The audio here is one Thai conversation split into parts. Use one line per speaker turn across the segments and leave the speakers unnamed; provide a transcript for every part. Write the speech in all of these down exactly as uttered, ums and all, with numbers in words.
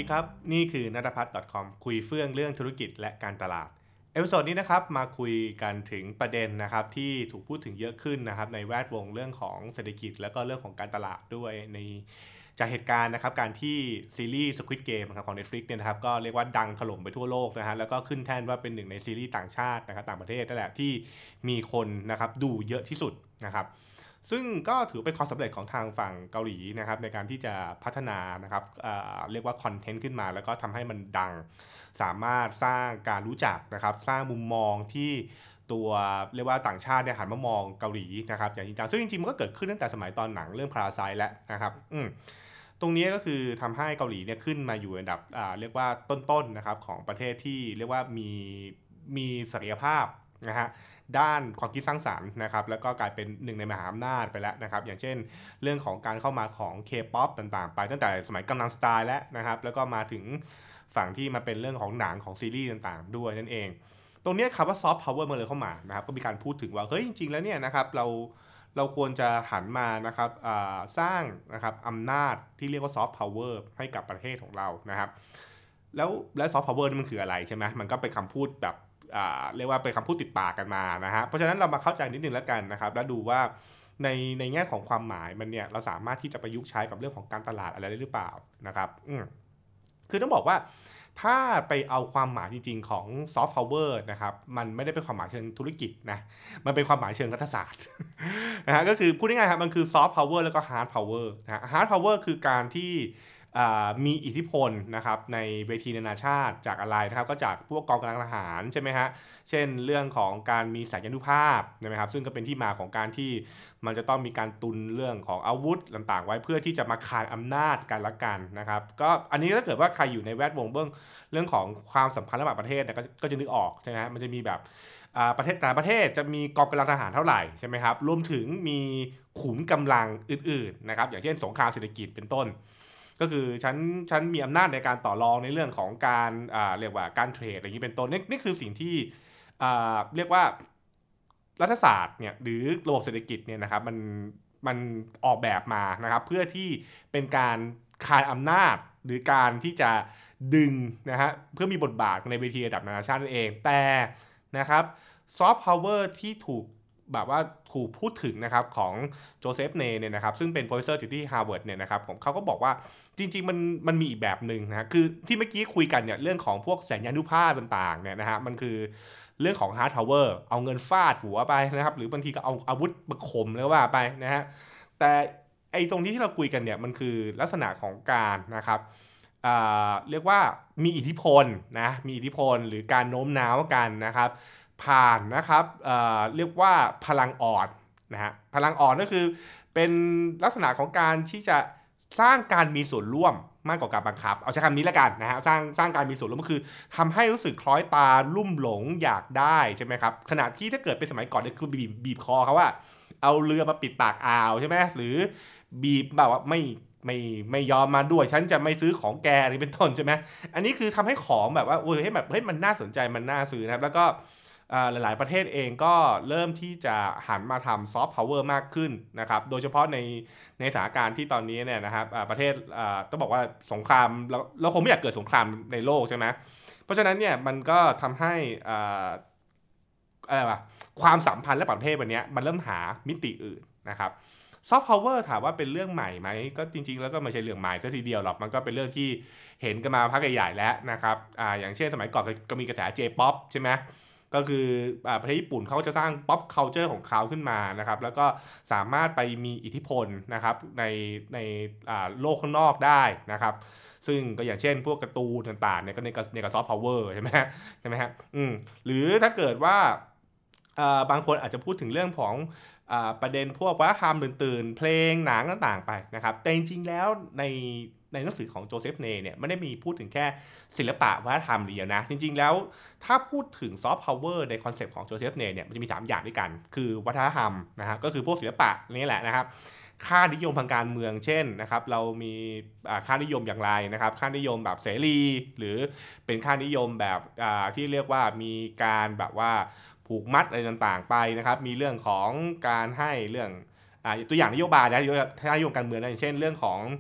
ดีครับนี่คือนัทพัฒน์ .com คุยเฟื่องเรื่องธุรกิจและการตลาดเอพิโซดนี้นะครับมาคุยกันถึงประเด็นนะครับที่ถูกพูดถึงเยอะขึ้นนะครับในแวดวงเรื่องของเศรษฐกิจและก็เรื่องของการตลาดด้วยในจากเหตุการณ์นะครับการที่ซีรีส์ Squid Game ครับของ Netflix เนี่ยนะครับก็เรียกว่าดังถล่มไปทั่วโลกนะฮะแล้วก็ขึ้นแท่นว่าเป็นหนึ่งในซีรีส์ต่างชาตินะครับต่างประเทศนั่นแหละที่มีคนนะครับดูเยอะที่สุดนะครับซึ่งก็ถือเป็นความสำเร็จของทางฝั่งเกาหลีนะครับในการที่จะพัฒนานะครับเอ่อเรียกว่าคอนเทนต์ขึ้นมาแล้วก็ทำให้มันดังสามารถสร้างการรู้จักนะครับสร้างมุมมองที่ตัวเรียกว่าต่างชาติเนี่ยหันมามองเกาหลีนะครับอย่างจริงจังซึ่งจริงๆมันก็เกิดขึ้นตั้งแต่สมัยตอนหนังเรื่องพาราไซต์แล้วนะครับอืมตรงนี้ก็คือทำให้เกาหลีเนี่ยขึ้นมาอยู่อันดับอ่าเรียกว่าต้นๆนะครับของประเทศที่เรียกว่ามีมีศักยภาพนะฮะ ด้านความคิดสร้างสรรค์นะครับแล้วก็กลายเป็นหนึ่งในมหาอำนาจไปแล้วนะครับอย่างเช่นเรื่องของการเข้ามาของ K-pop ต่างๆไปตั้งแต่สมัยกำลังสไตล์แล้วนะครับแล้วก็มาถึงฝั่งที่มาเป็นเรื่องของหนังของซีรีส์ต่างๆด้วยนั่นเองตรงนี้คำว่าซอฟต์พาวเวอร์มันเลยเข้ามานะครับก็มีการพูดถึงว่าเฮ้ยจริงๆแล้วเนี่ยนะครับเราเราควรจะหันมานะครับสร้างนะครับอำนาจที่เรียกว่าซอฟต์พาวเวอร์ให้กับประเทศของเรานะครับแล้วและซอฟต์พาวเวอร์นี่มันคืออะไรใช่ไหมมันก็เป็นคำพูดแบบเรียกว่าเป็นคำพูดติดปากกันมานะฮะเพราะฉะนั้นเรามาเข้าใจนิดนึงแล้วกันนะครับแล้วดูว่าในในแง่ของความหมายมันเนี่ยเราสามารถที่จะประยุกต์ใช้กับเรื่องของการตลาดอะไรได้หรือเปล่านะครับอืมคือต้องบอกว่าถ้าไปเอาความหมายจริงๆของซอฟต์พาวเวอร์นะครับมันไม่ได้เป็นความหมายเชิงธุรกิจนะมันเป็นความหมายเชิงรัฐศาสตร์นะฮะก็คือพูดง่ายๆครับมันคือซอฟต์พาวเวอร์แล้วก็ฮาร์ดพาวเวอร์นะฮาร์ดพาวเวอร์คือการที่มีอิทธิพลนะครับในเวทีนานาชาติจากอะไรนะครับก็จากพวกกองกำลังทหารใช่ไหมฮะเช่นเรื่องของการมีสัญญานุภาพใช่ไหมครับซึ่งก็เป็นที่มาของการที่มันจะต้องมีการตุนเรื่องของอาวุธต่างๆไว้เพื่อที่จะมาขานอำนาจกันละกันนะครับก็อันนี้ถ้าเกิดว่าใครอยู่ในแวดวงเบื้องเรื่องของความสัมพันธ์ระหว่างประเทศเนี่ยก็จะนึกออกใช่ไหมฮะมันจะมีแบบประเทศแต่ละประเทศจะมีกองกำลังทหารเท่าไหร่ใช่ไหมครับรวมถึงมีขุมกำลังอื่นๆนะครับอย่างเช่นสงครามเศรษฐกิจเป็นต้นก็คือฉันฉันมีอำนาจในการต่อรองในเรื่องของการอ่าเรียกว่าการเทรดอะไรอย่างนี้เป็นต้นนี่นี่คือสิ่งที่อ่าเรียกว่ารัฐศาสตร์เนี่ยหรือระบบเศรษฐกิจเนี่ยนะครับมันมันออกแบบมานะครับเพื่อที่เป็นการคานอำนาจหรือการที่จะดึงนะฮะเพื่อมีบทบาทในเวทีระดับนานาชาตินั่นเองแต่นะครับซอฟต์พาวเวอร์ที่ถูกแบบว่าถูกพูดถึงนะครับของโจเซฟเนเนี่ยนะครับซึ่งเป็น professor อยู่ที่ Harvard เนี่ยนะครับผมเขาก็บอกว่าจริงๆมันมันมีอีกแบบหนึ่งนะคือที่เมื่อกี้คุยกันเนี่ยเรื่องของพวกสัญญานุภาพต่างๆเนี่ยนะฮะมันคือเรื่องของ hard power เอาเงินฟาดหัวไปนะครับหรือบางทีก็เอาอาวุธมาข่มแล้วว่าไปนะฮะแต่ไอ้ตรงที่ที่เราคุยกันเนี่ยมันคือลักษณะของการนะครับเรียกว่ามีอิทธิพลนะมีอิทธิพลหรือการโน้มน้าวกันนะครับผ่านนะครับเเรียกว่าพลังอ่อนนะฮะพลังอ่อนก็คือเป็นลักษณะของการที่จะสร้างการมีส่วนร่วมมากกว่าการบังคับเอาใช้คำนี้แล้วกันนะฮะสร้างสร้างการมีส่วนร่วมก็คือทำให้รู้สึกคล้อยตาลุ่มหลงอยากได้ใช่ไหมครับขณะที่ถ้าเกิดเป็นสมัยก่อนเนี่ยคือบีบบีบคอเขาว่าเอาเรือมาปิดปากอ่าวใช่ไหมหรือบีบแบบว่าไม่ไม่ไม่ยอมมาด้วยฉันจะไม่ซื้อของแกอะไรเป็นต้นใช่ไหมอันนี้คือทำให้ของแบบว่าเฮ้ยแบบเฮ้ยมันน่าสนใจมันน่าซื้อนะครับแล้วก็หลายๆประเทศเองก็เริ่มที่จะหันมาทำซอฟต์พาวเวอร์มากขึ้นนะครับโดยเฉพาะในในสถานการณ์ที่ตอนนี้เนี่ยนะครับประเทศต้องบอกว่าสงครามเราเราคงไม่อยากเกิดสงครามในโลกใช่ไหมเพราะฉะนั้นเนี่ยมันก็ทำให้อะไรวะความสัมพันธ์และประเทศวันนี้มันเริ่มหามิติอื่นนะครับซอฟต์พาวเวอร์ถามว่าเป็นเรื่องใหม่ไหมก็จริงๆแล้วก็ไม่ใช่เรื่องใหม่ซะทีเดียวหรอกมันก็เป็นเรื่องที่เห็นกันมาพักใหญ่ๆแล้วนะครับอ่าอย่างเช่นสมัยก่อนก็มีกระแส J-pop ใช่ไหมก็คือประเทศญี่ปุ่นเขาจะสร้าง pop culture ของเขาขึ้นมานะครับแล้วก็สามารถไปมีอิทธิพลนะครับในในโลกข้างนอกได้นะครับซึ่งก็อย่างเช่นพวกการ์ตูนต่างๆเนี่ยก็ในในกับซอฟต์พาวเวอร์ใช่ไหมใช่ไหมฮะอืมหรือถ้าเกิดว่าบางคนอาจจะพูดถึงเรื่องของประเด็นพวกวัฒนธรรมตื่นๆเพลงหนังต่างๆไปนะครับแต่จริงๆแล้วในในหนังสือของโจเซฟเนเนี่ยไม่ได้มีพูดถึงแค่ศิลปะวัฒนธรรมเดียวนะจริงๆแล้วถ้าพูดถึงซอฟต์พาวเวอร์ในคอนเซปต์ของโจเซฟเนเนี่ยมันจะมีสามอย่างด้วยกันคือวัฒนธรรมนะฮะก็คือพวกศิลปะนี่แหละนะครับค่านิยมทางการเมืองเช่นนะครับเรามีค่านิยมอย่างไรนะครับค่านิยมแบบเสรีหรือเป็นค่านิยมแบบที่เรียกว่ามีการแบบว่าผูกมัดอะไรต่างๆไปนะครับมีเรื่องของการให้เรื่องตัวอย่างนโยบายนะนโยบายการเมืองนะอย่างเช่นเรื่องของ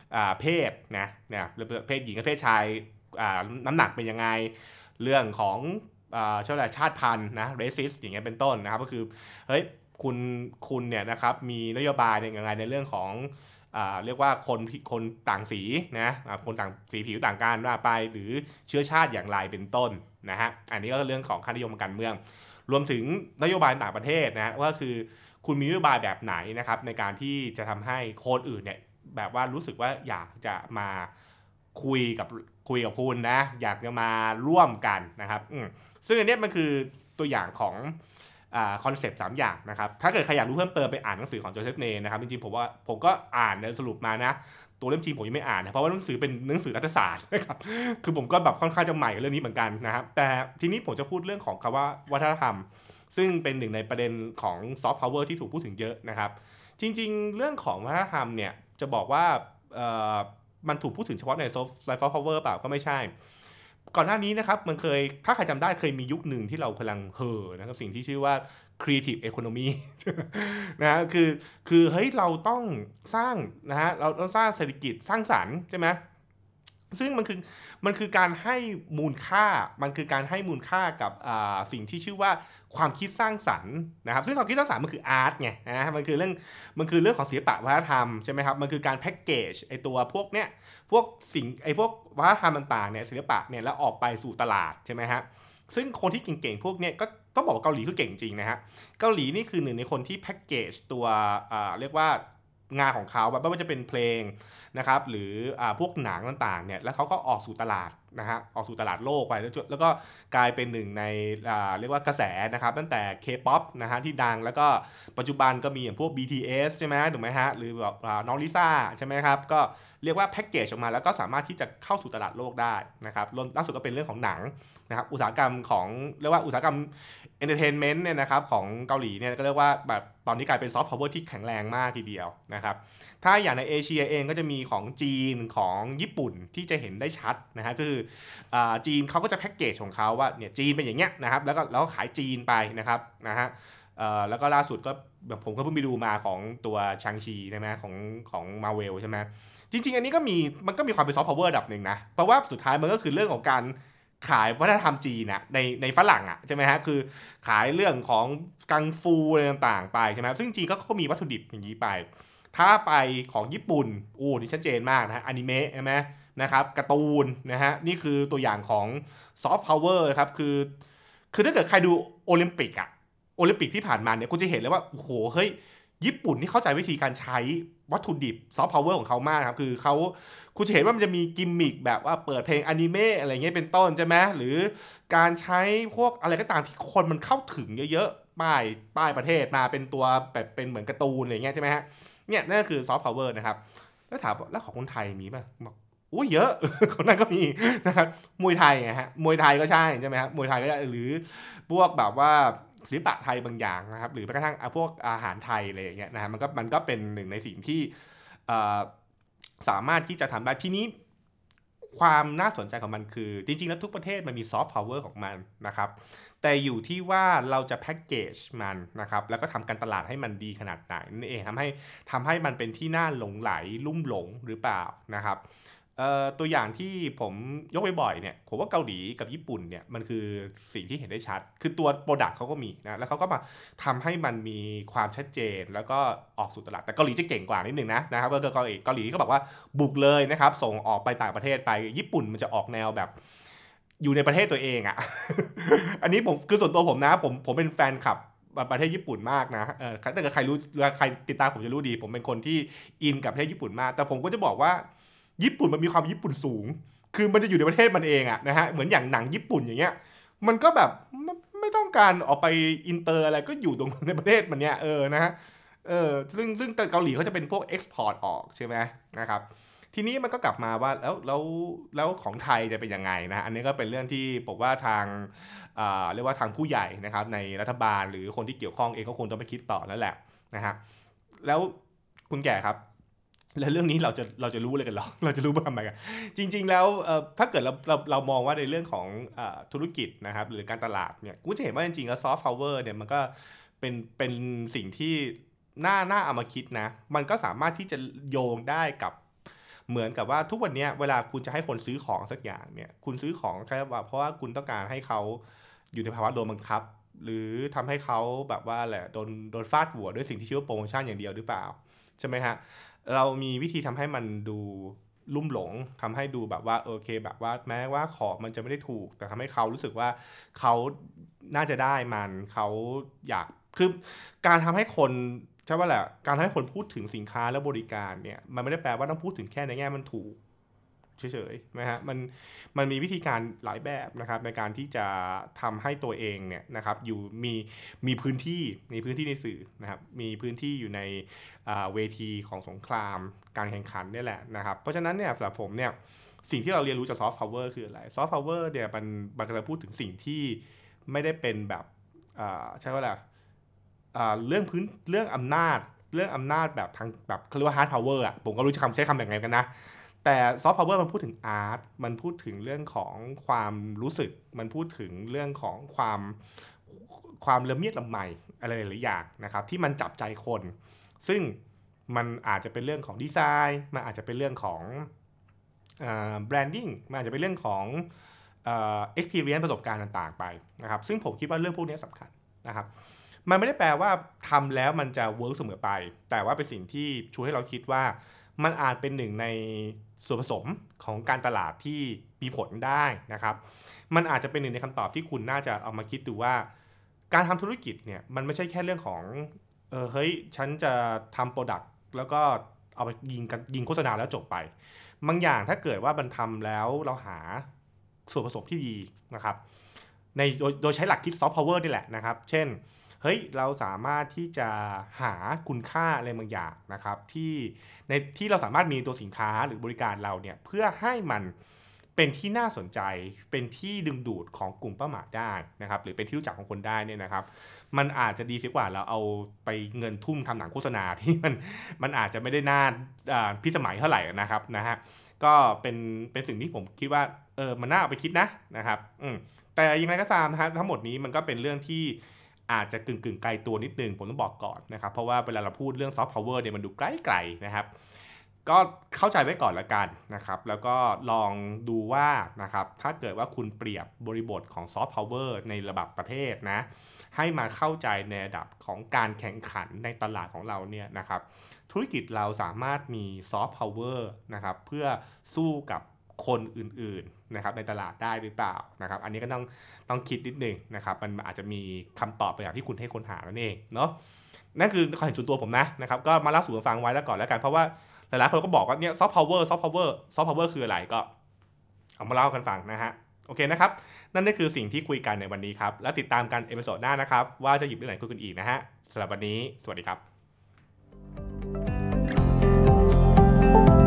อ่าเพศนะเนี่ยเพศหญิงกับเพศชายอ่าน้ำหนักเป็นยังไงเรื่องของอ่าชาติชาติพันธุ์นะ racist อย่างเงี้ยเป็นต้นนะครับก็คือเฮ้ยคุณคุณเนี่ยนะครับมีนโยบายยังไงในเรื่องของอ่าเรียกว่าคนคนต่างสีนะคนต่างสีผิวต่างกันว่าไปหรือเชื้อชาติอย่างไรเป็นต้นนะฮะอันนี้ก็เรื่องของค่านิยมการเมืองรวมถึงนโยบายต่างประเทศนะว่าคือคุณมีนโยบายแบบไหนนะครับในการที่จะทำให้คนอื่นเนี่ยแบบว่ารู้สึกว่าอยากจะมาคุยกับคุยกับคุณนะอยากจะมาร่วมกันนะครับซึ่งอันนี้มันคือตัวอย่างของคอนเซปต์สามอย่างนะครับถ้าเกิดใครอยากรู้เพิ่มเติมไปอ่านหนังสือของโจเซฟเนนะครับจริงๆผมว่าผมก็อ่านสรุปมานะตัวเล่มจริงผมยังไม่อ่านนะเพราะว่าหนังสือเป็นหนังสือรัฐศาสตร์นะครับคือผมก็แบบค่อนข้างจะใหม่เรื่องนี้เหมือนกันนะครับแต่ทีนี้ผมจะพูดเรื่องของคำว่าวัฒนธรรมซึ่งเป็นหนึ่งในประเด็นของซอฟต์พาวเวอร์ที่ถูกพูดถึงเยอะนะครับจริงๆเรื่องของวัฒนธรรมเนี่ยจะบอกว่ามันถูกพูดถึงเฉพาะในซอฟต์พาวเวอร์เปล่าก็ไม่ใช่ก่อนหน้านี้นะครับมันเคยถ้าใครจำได้เคยมียุคหนึ่งที่เรากำลังเห่อนะครับสิ่งที่ชื่อว่า creative economy นะคือคือเฮ้ยเราต้องสร้างนะฮะเราต้องสร้างเศรษฐกิจสร้างสรรค์ใช่ไหมซึ่งมันคือมันคือการให้มูลค่ามันคือการให้มูลค่ากับสิ่งที่ชื่อว่าความคิดสร้างสรรค์นะครับซึ่งความคิดสร้างสรรค์มันคืออาร์ตไงนะมันคือเรื่องมันคือเรื่องของศิลปะวัฒนธรรมใช่ไหมครับมันคือการแพ็กเกจไอตัวพวกเนี้ยพวกสิ่งไอพวกวัฒนธรรมต่างๆเนี่ยศิลปะเนี่ยแล้วออกไปสู่ตลาดใช่ไหมฮะซึ่งคนที่เก่งๆพวกเนี้ยก็ต้องบอกว่าเกาหลีคือเก่งจริงนะฮะเกาหลีนี่คือหนึ่งในคนที่แพ็กเกจตัวเรียกว่างานของเขาแบบไม่ว่าจะเป็นเพลงนะครับหรืออพวกหนังต่างๆเนี่ยแล้วเขาก็ออกสู่ตลาดนะฮะออกสู่ตลาดโลกไปแล้วแล้วก็กลายเป็นหนึ่งในเรียกว่ากระแสนะครับตั้งแต่ K-pop นะฮะที่ดังแล้วก็ปัจจุบันก็มีอย่างพวก บี ที เอส ใช่ไหมถูกไหมฮะหรือแบบน้องลิซ่าใช่ไหมครับก็เรียกว่าแพ็กเกจออกมาแล้วก็สามารถที่จะเข้าสู่ตลาดโลกได้นะครับล่าสุดก็เป็นเรื่องของหนังนะครับอุตสาหกรรมของเรียกว่าอุตสาหกรรมเอนเตอร์เทนเมนต์เนี่ยนะครับของเกาหลีเนี่ยก็เรียกว่าแบบตอนนี้กลายเป็นซอฟต์พาวเวอร์ที่แข็งแรงมากทีเดียวนะครับถ้าอย่างในเอเชียเองก็จะมีของจีนของญี่ปุ่นที่จะเห็นได้ชัดนะฮะคือจีนเขาก็จะแพ็กเกจของเขาว่าเนี่ยจีนเป็นอย่างเงี้ยนะครับแล้วก็แล้วขายจีนไปนะครับนะฮะแล้วก็ล่าสุดก็แบบผมก็เพิ่งไปดูมาของตัวชังชีใช่ไหมของของมาเวลใช่ไหมจริงๆอันนี้ก็มีมันก็มีความเป็นซอฟต์พาวเวอร์ระดับหนึ่งนะเพราะว่าสุดท้ายมันก็คือเรื่องของการขายวัฒนธรรมจีนนะในในฝรั่งอ่ะใช่ไหมฮะคือขายเรื่องของกังฟูอะไรต่างๆไปใช่ไหมซึ่งจีนก็เขามีวัตถุดิบอย่างนี้ไปถ้าไปของญี่ปุ่นโอ้นี่ชัดเจนมากนะฮะอนิเมะใช่ไหมนะครับการ์ตูนนะฮะนี่คือตัวอย่างของซอฟต์พาวเวอร์ครับคือคือถ้าเกิดใครดูโอลิมปิกอะโอลิมปิกที่ผ่านมาเนี่ยคุณจะเห็นเลยว่าโอ้โหเฮ้ยญี่ปุ่นนี่เข้าใจวิธีการใช้วัตถุดิบซอฟต์พาวเวอร์ของเขามากครับคือเขาคุณจะเห็นว่ามันจะมีกิมมิคแบบว่าเปิดเพลงอนิเมะอะไรเงี้ยเป็นต้นใช่ไหมหรือการใช้พวกอะไรก็ตามที่คนมันเข้าถึงเยอะๆป้ายป้ายประเทศมาเป็นตัวแบบเป็นเหมือนการ์ตูนอะไรเงี้ยใช่ไหมฮะเนี่ยนั่นคือซอฟต์พาวเวอร์นะครับแล้วถามแล้วของคนไทยมีป่ะบอกอุ้ยเยอะ คนนั้นก็มีนะครับมวยไทยไงฮะมวยไทยก็ใช่ใช่ไหมครับมวยไทยก็ได้หรือพวกแบบว่าศิลปะไทยบางอย่างนะครับหรือแม้กระทั่งพวกอาหารไทยอะไรอย่างเงี้ยนะฮะมันก็มันก็เป็นหนึ่งในสิ่งที่สามารถที่จะทำได้ทีนี้ความน่าสนใจของมันคือจริงๆแล้วทุกประเทศมันมีซอฟต์พาวเวอร์ของมันนะครับแต่อยู่ที่ว่าเราจะแพ็กเกจมันนะครับแล้วก็ทำการตลาดให้มันดีขนาดไหนนั่นเองทำให้ทำให้มันเป็นที่น่าหลงไหลลุ่มหลงหรือเปล่านะครับตัวอย่างที่ผมยกบ่อยๆเนี่ยผมว่าเกาหลีกับญี่ปุ่นเนี่ยมันคือสิ่งที่เห็นได้ชัดคือตัวโปรดักต์เขาก็มีนะแล้วเขาก็มาทำให้มันมีความชัดเจนแล้วก็ออกสู่ตลาดแต่เกาหลีจะเก่งกว่านิดนึงนะนะครับเกาหลีเกาหลีก็บอกว่าบุกเลยนะครับส่งออกไปต่างประเทศไปญี่ปุ่นมันจะออกแนวแบบอยู่ในประเทศตัวเองอ่ะ อันนี้ผมคือส่วนตัวผมนะผมผมเป็นแฟนคลับประเทศญี่ปุ่นมากนะเออถ้าเกิดใครรู้ใครติดตามผมจะรู้ดีผมเป็นคนที่อินกับประเทศญี่ปุ่นมากแต่ผมก็จะบอกว่าญี่ปุ่นมันมีความญี่ปุ่นสูงคือมันจะอยู่ในประเทศมันเองอะนะฮะเหมือนอย่างหนังญี่ปุ่นอย่างเงี้ยมันก็แบบไม่ต้องการออกไปอินเตอร์อะไรก็อยู่ตรงในประเทศมันเนี้ยเออนะฮะเออซึ่งซึ่งเกาหลีเขาจะเป็นพวกเอ็กซ์พอร์ตออกใช่ไหมนะครับทีนี้มันก็กลับมาว่าแล้วแล้วแล้วของไทยจะเป็นยังไงนะอันนี้ก็เป็นเรื่องที่ผมว่าทางเรียกว่าทางผู้ใหญ่นะครับในรัฐบาลหรือคนที่เกี่ยวข้องเองก็คงต้องไปคิดต่อแล้วแหละนะฮะแล้วคุณแก่ครับแล้วเรื่องนี้เราจะเราจะรู้เลยกันหรอเราจะรู้มาทำไมกันจริงๆแล้วถ้าเกิดเราเราเรามองว่าในเรื่องของธุรกิจนะครับหรือการตลาดเนี่ยกูจะเห็นว่าจริงๆแล้วซอฟต์พาวเวอร์เนี่ยมันก็เป็นเป็นสิ่งที่น่าน่าเอามาคิดนะมันก็สามารถที่จะโยงได้กับเหมือนกับว่าทุกวันนี้เวลาคุณจะให้คนซื้อของสักอย่างเนี่ยคุณซื้อของแค่ว่าเพราะว่าคุณต้องการให้เขาอยู่ในภาวะโดนบังคับหรือทำให้เขาแบบว่าแหละโดนโดนฟาดหัวด้วยสิ่งที่ชื่อว่าโปรโมชั่นอย่างเดียวหรือเปล่าใช่ไหมฮะเรามีวิธีทำให้มันดูลุ่มหลงทำให้ดูแบบว่าโอเคแบบว่าแม้ว่าของมันจะไม่ได้ถูกแต่ทำให้เขารู้สึกว่าเขาน่าจะได้มันเขาอยากคือการทำให้คนใช่ว่าแหละการทำให้คนพูดถึงสินค้าและบริการเนี่ยมันไม่ได้แปลว่าต้องพูดถึงแค่ในแง่มันถูกเฉยๆนะฮะมันมันมีวิธีการหลายแบบนะครับในการที่จะทำให้ตัวเองเนี่ยนะครับอยู่มีมีพื้นที่มีพื้นที่ในสื่อนะครับมีพื้นที่อยู่ในเวทีของสงครามการแข่งขันนี่แหละนะครับเพราะฉะนั้นเนี่ยสำหรับผมเนี่ยสิ่งที่เราเรียนรู้จากซอฟต์พาวเวอร์คืออะไรซอฟต์พาวเวอร์เนี่ยมันมันกำลังพูดถึงสิ่งที่ไม่ได้เป็นแบบใช่ว่าอะไรเรื่องพื้นเรื่องอำนาจเรื่องอำนาจแบบทางแบบเขาเรียกว่าฮาร์ดพาวเวอร์อ่ะผมก็รู้จะคำใช้คำอย่างไรกันนะแต่ซอฟต์พาวเวอร์มันพูดถึงอาร์ตมันพูดถึงเรื่องของความรู้สึกมันพูดถึงเรื่องของความความละเมียดละไมอะไรหลายอย่างนะครับที่มันจับใจคนซึ่งมันอาจจะเป็นเรื่องของดีไซน์มันอาจจะเป็นเรื่องของแบรนดิ้งมันอาจจะเป็นเรื่องของเอ่อ experience ประสบการณ์ต่างๆไปนะครับซึ่งผมคิดว่าเรื่องพวกนี้สำคัญนะครับมันไม่ได้แปลว่าทำแล้วมันจะเวิร์กเสมอไปแต่ว่าเป็นสิ่งที่ชวนให้เราคิดว่ามันอาจเป็นหนึ่งในส่วนผสมของการตลาดที่มีผลได้นะครับมันอาจจะเป็นหนึ่งในคำตอบที่คุณน่าจะเอามาคิดดูว่าการทำธุรกิจเนี่ยมันไม่ใช่แค่เรื่องของเออเฮ้ยฉันจะทำโปรดักต์แล้วก็เอาไปยิงกันยิงโฆษณาแล้วจบไปบางอย่างถ้าเกิดว่ามันทำแล้วเราหาส่วนผสมที่ดีนะครับในโดยโดยใช้หลักคิดซอฟต์พาวเวอร์นี่แหละนะครับเช่นเฮ้ยเราสามารถที่จะหาคุณค่าอะไรบางอย่างนะครับที่ในที่เราสามารถมีตัวสินค้าหรือบริการเราเนี่ยเพื่อให้มันเป็นที่น่าสนใจเป็นที่ดึงดูดของกลุ่มเป้าหมายได้นะครับหรือเป็นที่รู้จักของคนได้เนี่ยนะครับมันอาจจะดีเสียกว่าเราเอาไปเงินทุ่มทำหนังโฆษณาที่มันมันอาจจะไม่ได้น่าพิสมัยเท่าไหร่นะครับนะฮะก็เป็นเป็นสิ่งที่ผมคิดว่าเออมันน่าเอาไปคิดนะนะครับอืมแต่ยังไงก็ตามนะฮะทั้งหมดนี้มันก็เป็นเรื่องที่อาจจะกึ่งกึ่งไกลตัวนิดนึงผมต้องบอกก่อนนะครับเพราะว่าเวลาเราพูดเรื่องซอฟต์พาวเวอร์เนี่ยมันดูไกลๆนะครับก็เข้าใจไว้ก่อนละกันนะครับแล้วก็ลองดูว่านะครับถ้าเกิดว่าคุณเปรียบบริบทของซอฟต์พาวเวอร์ในระดับประเทศนะให้มาเข้าใจในระดับของการแข่งขันในตลาดของเราเนี่ยนะครับธุรกิจเราสามารถมีซอฟต์พาวเวอร์นะครับเพื่อสู้กับคนอื่นๆนะครับในตลาดได้หรือเปล่านะครับอันนี้ก็ต้องต้องคิดนิดนึงนะครับมันอาจจะมีคำตอบไปอย่างที่คุณให้ค้นหานั่นเองเนาะนั่นคือความเห็นส่วนตัวผมนะนะครับก็มาเล่าสู่กันฟังไว้แล้วก่อนแล้วกันเพราะว่าหลายๆคนก็บอกว่าเนี่ยซอฟต์พาวเวอร์ซอฟต์พาวเวอร์ซอฟต์พาวเวอร์คืออะไรก็เอามาเล่ากันฟังนะฮะโอเคนะครับนั่นก็คือสิ่งที่คุยกันในวันนี้ครับแล้วติดตามกันเอพิโซดหน้านะครับว่าจะหยิบเรื่องไหนคุยกันอีกนะฮะสำหรับวันนี้สวัสดีครับ